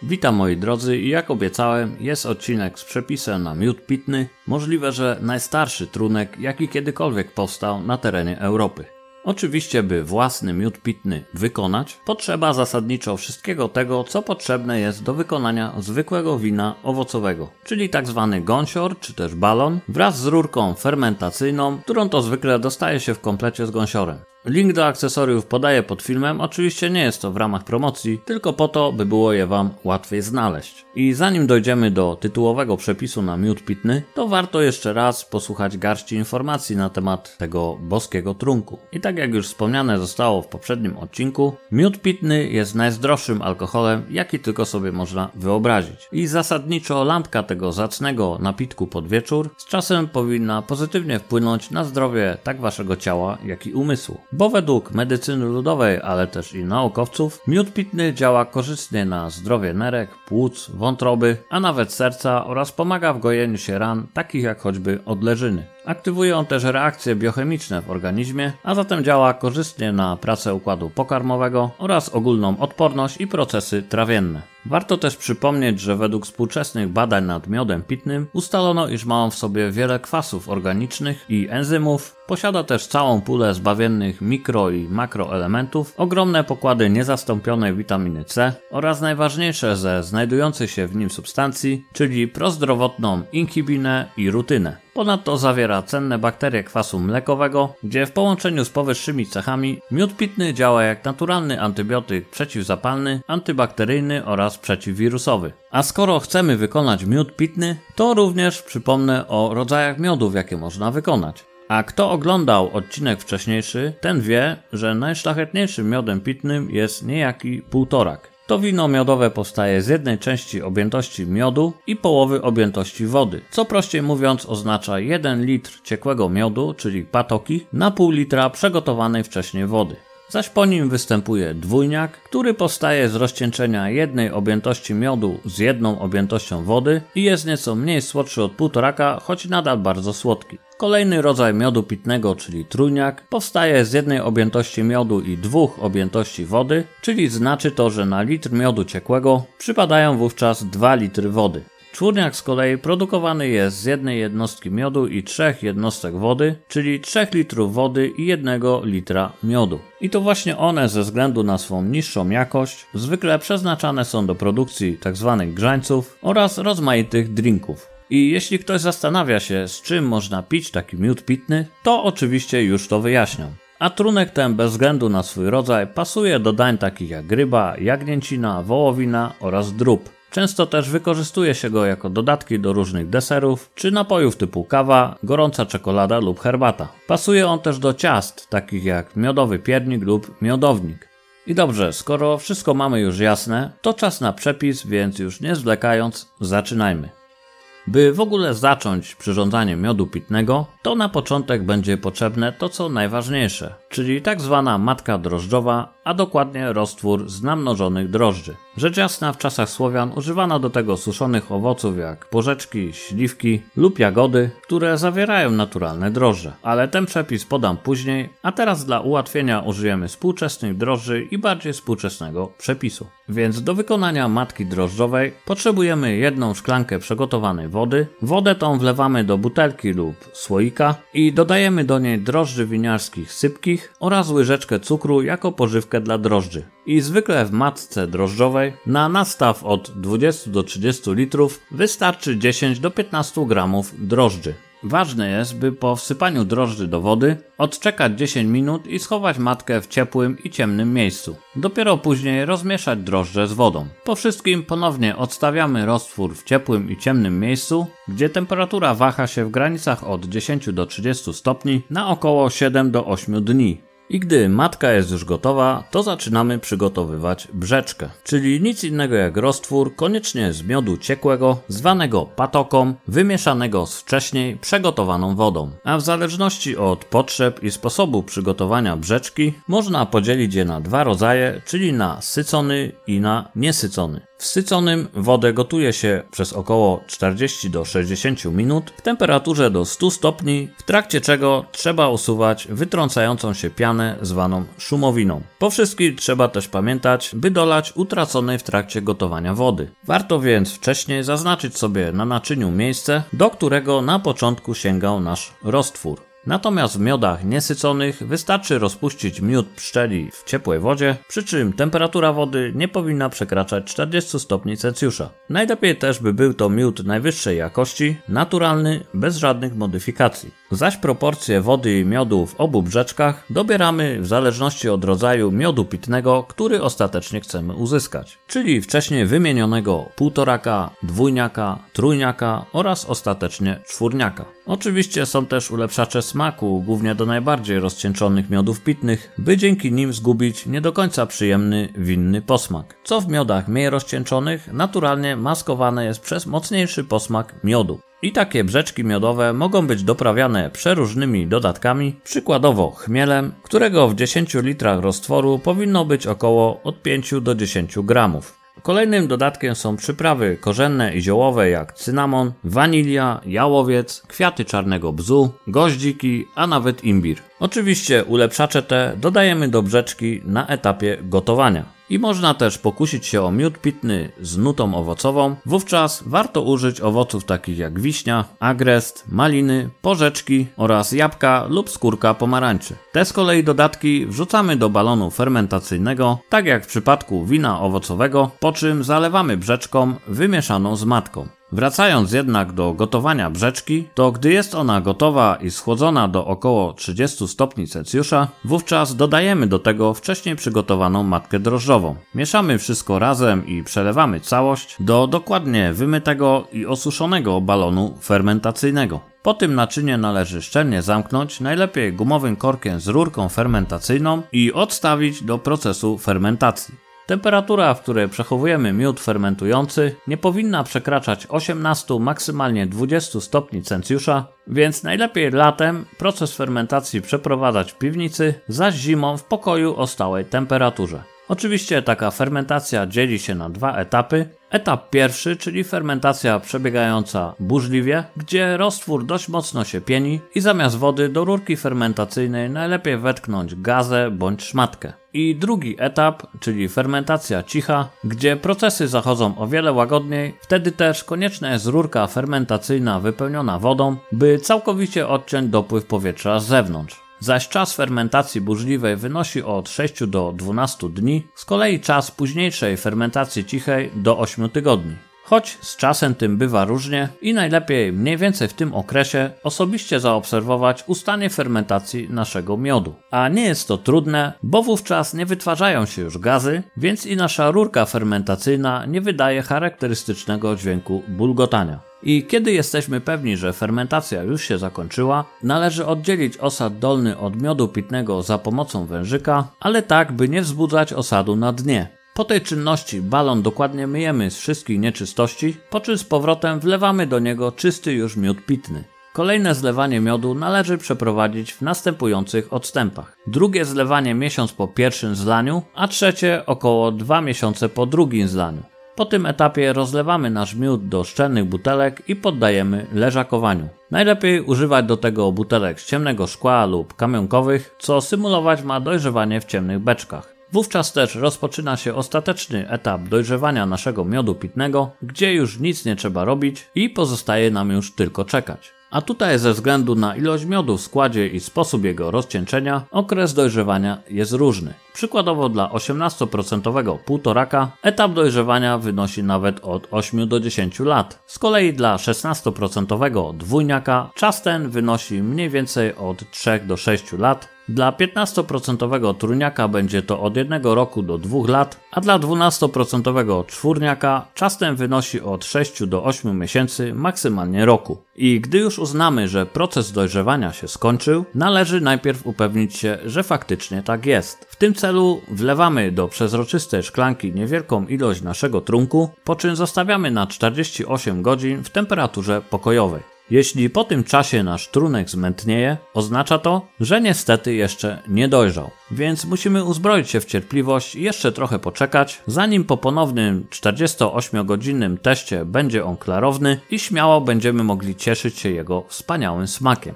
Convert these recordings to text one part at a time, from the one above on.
Witam moi drodzy i jak obiecałem, jest odcinek z przepisem na miód pitny, możliwe, że najstarszy trunek, jaki kiedykolwiek powstał na terenie Europy. Oczywiście, by własny miód pitny wykonać, potrzeba zasadniczo wszystkiego tego, co potrzebne jest do wykonania zwykłego wina owocowego, czyli tzw. gąsior czy też balon wraz z rurką fermentacyjną, którą to zwykle dostaje się w komplecie z gąsiorem. Link do akcesoriów podaję pod filmem, oczywiście nie jest to w ramach promocji, tylko po to, by było je Wam łatwiej znaleźć. I zanim dojdziemy do tytułowego przepisu na miód pitny, to warto jeszcze raz posłuchać garści informacji na temat tego boskiego trunku. I tak jak już wspomniane zostało w poprzednim odcinku, miód pitny jest najzdrowszym alkoholem, jaki tylko sobie można wyobrazić. I zasadniczo lampka tego zacnego napitku pod wieczór z czasem powinna pozytywnie wpłynąć na zdrowie tak Waszego ciała, jak i umysłu. Bo według medycyny ludowej, ale też i naukowców, miód pitny działa korzystnie na zdrowie nerek, płuc, wątroby, a nawet serca oraz pomaga w gojeniu się ran, takich jak choćby odleżyny. Aktywuje on też reakcje biochemiczne w organizmie, a zatem działa korzystnie na pracę układu pokarmowego oraz ogólną odporność i procesy trawienne. Warto też przypomnieć, że według współczesnych badań nad miodem pitnym ustalono, iż ma on w sobie wiele kwasów organicznych i enzymów, posiada też całą pulę zbawiennych mikro- i makroelementów, ogromne pokłady niezastąpionej witaminy C oraz najważniejsze ze znajdujących się w nim substancji, czyli prozdrowotną inhibinę i rutynę. Ponadto zawiera cenne bakterie kwasu mlekowego, gdzie w połączeniu z powyższymi cechami miód pitny działa jak naturalny antybiotyk przeciwzapalny, antybakteryjny oraz przeciwwirusowy. A skoro chcemy wykonać miód pitny, to również przypomnę o rodzajach miodów, jakie można wykonać. A kto oglądał odcinek wcześniejszy, ten wie, że najszlachetniejszym miodem pitnym jest niejaki półtorak. To wino miodowe powstaje z jednej części objętości miodu i połowy objętości wody, co prościej mówiąc oznacza 1 litr ciekłego miodu, czyli patoki, na pół litra przygotowanej wcześniej wody. Zaś po nim występuje dwójniak, który powstaje z rozcieńczenia jednej objętości miodu z jedną objętością wody i jest nieco mniej słodszy od półtoraka, choć nadal bardzo słodki. Kolejny rodzaj miodu pitnego, czyli trójniak, powstaje z jednej objętości miodu i 2 objętości wody, czyli znaczy to, że na litr miodu ciekłego przypadają wówczas 2 litry wody. Czwórniak z kolei produkowany jest z jednej jednostki miodu i 3 jednostek wody, czyli 3 litrów wody i 1 litra miodu. I to właśnie one ze względu na swą niższą jakość zwykle przeznaczane są do produkcji tzw. grzańców oraz rozmaitych drinków. I jeśli ktoś zastanawia się, z czym można pić taki miód pitny, to oczywiście już to wyjaśniam. A trunek ten bez względu na swój rodzaj pasuje do dań takich jak ryba, jagnięcina, wołowina oraz drób. Często też wykorzystuje się go jako dodatki do różnych deserów czy napojów typu kawa, gorąca czekolada lub herbata. Pasuje on też do ciast, takich jak miodowy piernik lub miodownik. I dobrze, skoro wszystko mamy już jasne, to czas na przepis, więc już nie zwlekając, zaczynajmy. By w ogóle zacząć przyrządzanie miodu pitnego, to na początek będzie potrzebne to co najważniejsze, czyli tak zwana matka drożdżowa, a dokładnie roztwór z namnożonych drożdży. Rzecz jasna w czasach Słowian używano do tego suszonych owoców jak porzeczki, śliwki lub jagody, które zawierają naturalne drożdże. Ale ten przepis podam później, a teraz dla ułatwienia użyjemy współczesnych drożdży i bardziej współczesnego przepisu. Więc do wykonania matki drożdżowej potrzebujemy 1 szklankę przygotowanej wody. Wodę tą wlewamy do butelki lub słoika i dodajemy do niej drożdży winiarskich sypkich oraz łyżeczkę cukru jako pożywkę dla drożdży. I zwykle w matce drożdżowej na nastaw od 20 do 30 litrów wystarczy 10 do 15 gramów drożdży. Ważne jest, by po wsypaniu drożdży do wody odczekać 10 minut i schować matkę w ciepłym i ciemnym miejscu. Dopiero później rozmieszać drożdże z wodą. Po wszystkim ponownie odstawiamy roztwór w ciepłym i ciemnym miejscu, gdzie temperatura waha się w granicach od 10 do 30 stopni na około 7 do 8 dni. I gdy matka jest już gotowa, to zaczynamy przygotowywać brzeczkę, czyli nic innego jak roztwór koniecznie z miodu ciekłego, zwanego patoką, wymieszanego z wcześniej przegotowaną wodą. A w zależności od potrzeb i sposobu przygotowania brzeczki można podzielić je na 2 rodzaje, czyli na sycony i na niesycony. W syconym wodę gotuje się przez około 40 do 60 minut w temperaturze do 100 stopni, w trakcie czego trzeba usuwać wytrącającą się pianę odmianę zwaną szumowiną. Po wszystkim trzeba też pamiętać, by dolać utraconej w trakcie gotowania wody. Warto więc wcześniej zaznaczyć sobie na naczyniu miejsce, do którego na początku sięgał nasz roztwór. Natomiast w miodach niesyconych wystarczy rozpuścić miód pszczeli w ciepłej wodzie, przy czym temperatura wody nie powinna przekraczać 40 stopni Celsjusza. Najlepiej też by był to miód najwyższej jakości, naturalny, bez żadnych modyfikacji. Zaś proporcje wody i miodu w obu brzeczkach dobieramy w zależności od rodzaju miodu pitnego, który ostatecznie chcemy uzyskać. Czyli wcześniej wymienionego półtoraka, dwójniaka, trójniaka oraz ostatecznie czwórniaka. Oczywiście są też ulepszacze smaku, głównie do najbardziej rozcieńczonych miodów pitnych, by dzięki nim zgubić nie do końca przyjemny, winny posmak. Co w miodach mniej rozcieńczonych naturalnie maskowane jest przez mocniejszy posmak miodu. I takie brzeczki miodowe mogą być doprawiane przeróżnymi dodatkami, przykładowo chmielem, którego w 10 litrach roztworu powinno być około od 5 do 10 gramów. Kolejnym dodatkiem są przyprawy korzenne i ziołowe jak cynamon, wanilia, jałowiec, kwiaty czarnego bzu, goździki, a nawet imbir. Oczywiście ulepszacze te dodajemy do brzeczki na etapie gotowania. I można też pokusić się o miód pitny z nutą owocową, wówczas warto użyć owoców takich jak wiśnia, agrest, maliny, porzeczki oraz jabłka lub skórka pomarańczy. Te z kolei dodatki wrzucamy do balonu fermentacyjnego, tak jak w przypadku wina owocowego, po czym zalewamy brzeczką wymieszaną z matką. Wracając jednak do gotowania brzeczki, to gdy jest ona gotowa i schłodzona do około 30 stopni Celsjusza, wówczas dodajemy do tego wcześniej przygotowaną matkę drożdżową. Mieszamy wszystko razem i przelewamy całość do dokładnie wymytego i osuszonego balonu fermentacyjnego. Po tym naczynie należy szczelnie zamknąć, najlepiej gumowym korkiem z rurką fermentacyjną i odstawić do procesu fermentacji. Temperatura, w której przechowujemy miód fermentujący, nie powinna przekraczać 18, maksymalnie 20 stopni Celsjusza, więc najlepiej latem proces fermentacji przeprowadzać w piwnicy, zaś zimą w pokoju o stałej temperaturze. Oczywiście taka fermentacja dzieli się na dwa etapy. Etap pierwszy, czyli fermentacja przebiegająca burzliwie, gdzie roztwór dość mocno się pieni i zamiast wody do rurki fermentacyjnej najlepiej wetknąć gazę bądź szmatkę. I drugi etap, czyli fermentacja cicha, gdzie procesy zachodzą o wiele łagodniej, wtedy też konieczna jest rurka fermentacyjna wypełniona wodą, by całkowicie odciąć dopływ powietrza z zewnątrz. Zaś czas fermentacji burzliwej wynosi od 6 do 12 dni, z kolei czas późniejszej fermentacji cichej do 8 tygodni. Choć z czasem tym bywa różnie i najlepiej mniej więcej w tym okresie osobiście zaobserwować ustanie fermentacji naszego miodu. A nie jest to trudne, bo wówczas nie wytwarzają się już gazy, więc i nasza rurka fermentacyjna nie wydaje charakterystycznego dźwięku bulgotania. I kiedy jesteśmy pewni, że fermentacja już się zakończyła, należy oddzielić osad dolny od miodu pitnego za pomocą wężyka, ale tak, by nie wzbudzać osadu na dnie. Po tej czynności balon dokładnie myjemy z wszystkich nieczystości, po czym z powrotem wlewamy do niego czysty już miód pitny. Kolejne zlewanie miodu należy przeprowadzić w następujących odstępach. Drugie zlewanie miesiąc po pierwszym zlaniu, a trzecie około 2 miesiące po drugim zlaniu. Po tym etapie rozlewamy nasz miód do szczelnych butelek i poddajemy leżakowaniu. Najlepiej używać do tego butelek z ciemnego szkła lub kamionkowych, co symulować ma dojrzewanie w ciemnych beczkach. Wówczas też rozpoczyna się ostateczny etap dojrzewania naszego miodu pitnego, gdzie już nic nie trzeba robić i pozostaje nam już tylko czekać. A tutaj ze względu na ilość miodu w składzie i sposób jego rozcieńczenia, okres dojrzewania jest różny. Przykładowo dla 18% półtoraka etap dojrzewania wynosi nawet od 8 do 10 lat. Z kolei dla 16% dwójniaka czas ten wynosi mniej więcej od 3 do 6 lat. Dla 15% trójniaka będzie to od 1 roku do 2 lat, a dla 12% czwórniaka czas ten wynosi od 6 do 8 miesięcy, maksymalnie roku. I gdy już uznamy, że proces dojrzewania się skończył, należy najpierw upewnić się, że faktycznie tak jest. W tym celu wlewamy do przezroczystej szklanki niewielką ilość naszego trunku, po czym zostawiamy na 48 godzin w temperaturze pokojowej. Jeśli po tym czasie nasz trunek zmętnieje, oznacza to, że niestety jeszcze nie dojrzał. Więc musimy uzbroić się w cierpliwość i jeszcze trochę poczekać, zanim po ponownym 48-godzinnym teście będzie on klarowny i śmiało będziemy mogli cieszyć się jego wspaniałym smakiem.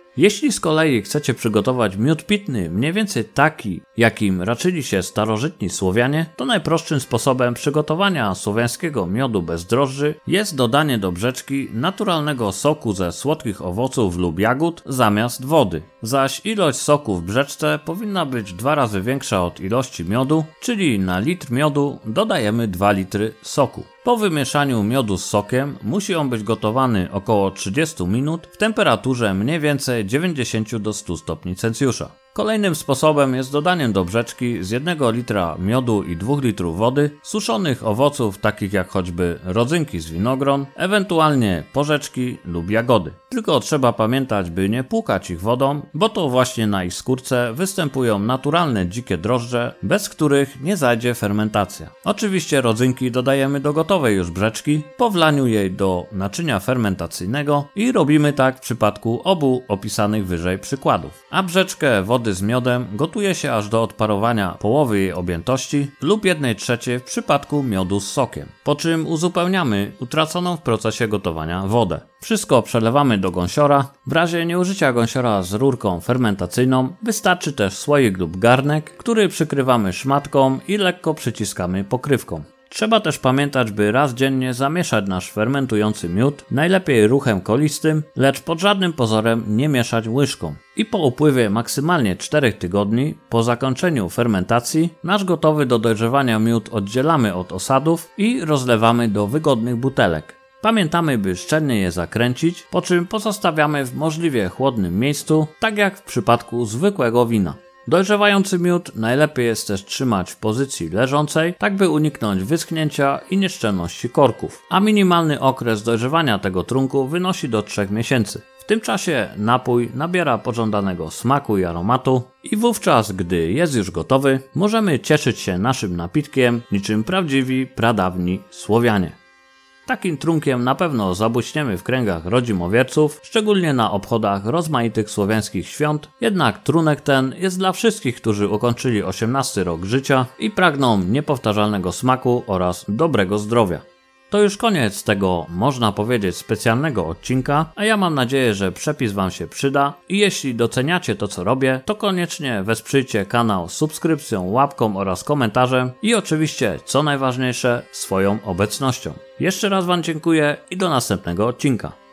Jeśli z kolei chcecie przygotować miód pitny mniej więcej taki, jakim raczyli się starożytni Słowianie, to najprostszym sposobem przygotowania słowiańskiego miodu bez drożdży jest dodanie do brzeczki naturalnego soku ze słodkich owoców lub jagód zamiast wody. Zaś ilość soku w brzeczce powinna być 2 razy większa od ilości miodu, czyli na litr miodu dodajemy 2 litry soku. Po wymieszaniu miodu z sokiem musi on być gotowany około 30 minut w temperaturze mniej więcej 90 do 100 stopni Celsjusza. Kolejnym sposobem jest dodanie do brzeczki z 1 litra miodu i 2 litrów wody suszonych owoców takich jak choćby rodzynki z winogron, ewentualnie porzeczki lub jagody. Tylko trzeba pamiętać, by nie płukać ich wodą, bo to właśnie na ich skórce występują naturalne dzikie drożdże, bez których nie zajdzie fermentacja. Oczywiście rodzynki dodajemy do gotowej już brzeczki po wlaniu jej do naczynia fermentacyjnego i robimy tak w przypadku obu opisanych wyżej przykładów. A brzeczkę wody z miodem gotuje się aż do odparowania połowy jej objętości lub 1/3 w przypadku miodu z sokiem, po czym uzupełniamy utraconą w procesie gotowania wodę. Wszystko przelewamy do gąsiora. W razie nieużycia gąsiora z rurką fermentacyjną wystarczy też słoik lub garnek, który przykrywamy szmatką i lekko przyciskamy pokrywką. Trzeba też pamiętać, by raz dziennie zamieszać nasz fermentujący miód, najlepiej ruchem kolistym, lecz pod żadnym pozorem nie mieszać łyżką. I po upływie maksymalnie 4 tygodni, po zakończeniu fermentacji, nasz gotowy do dojrzewania miód oddzielamy od osadów i rozlewamy do wygodnych butelek. Pamiętamy, by szczelnie je zakręcić, po czym pozostawiamy w możliwie chłodnym miejscu, tak jak w przypadku zwykłego wina. Dojrzewający miód najlepiej jest też trzymać w pozycji leżącej, tak by uniknąć wyschnięcia i nieszczelności korków, a minimalny okres dojrzewania tego trunku wynosi do 3 miesięcy. W tym czasie napój nabiera pożądanego smaku i aromatu i wówczas, gdy jest już gotowy, możemy cieszyć się naszym napitkiem niczym prawdziwi, pradawni Słowianie. Takim trunkiem na pewno zabłyśniemy w kręgach rodzimowierców, szczególnie na obchodach rozmaitych słowiańskich świąt, jednak trunek ten jest dla wszystkich, którzy ukończyli 18 rok życia i pragną niepowtarzalnego smaku oraz dobrego zdrowia. To już koniec tego, można powiedzieć, specjalnego odcinka, a ja mam nadzieję, że przepis Wam się przyda i jeśli doceniacie to, co robię, to koniecznie wesprzyjcie kanał subskrypcją, łapką oraz komentarzem i oczywiście, co najważniejsze, swoją obecnością. Jeszcze raz Wam dziękuję i do następnego odcinka.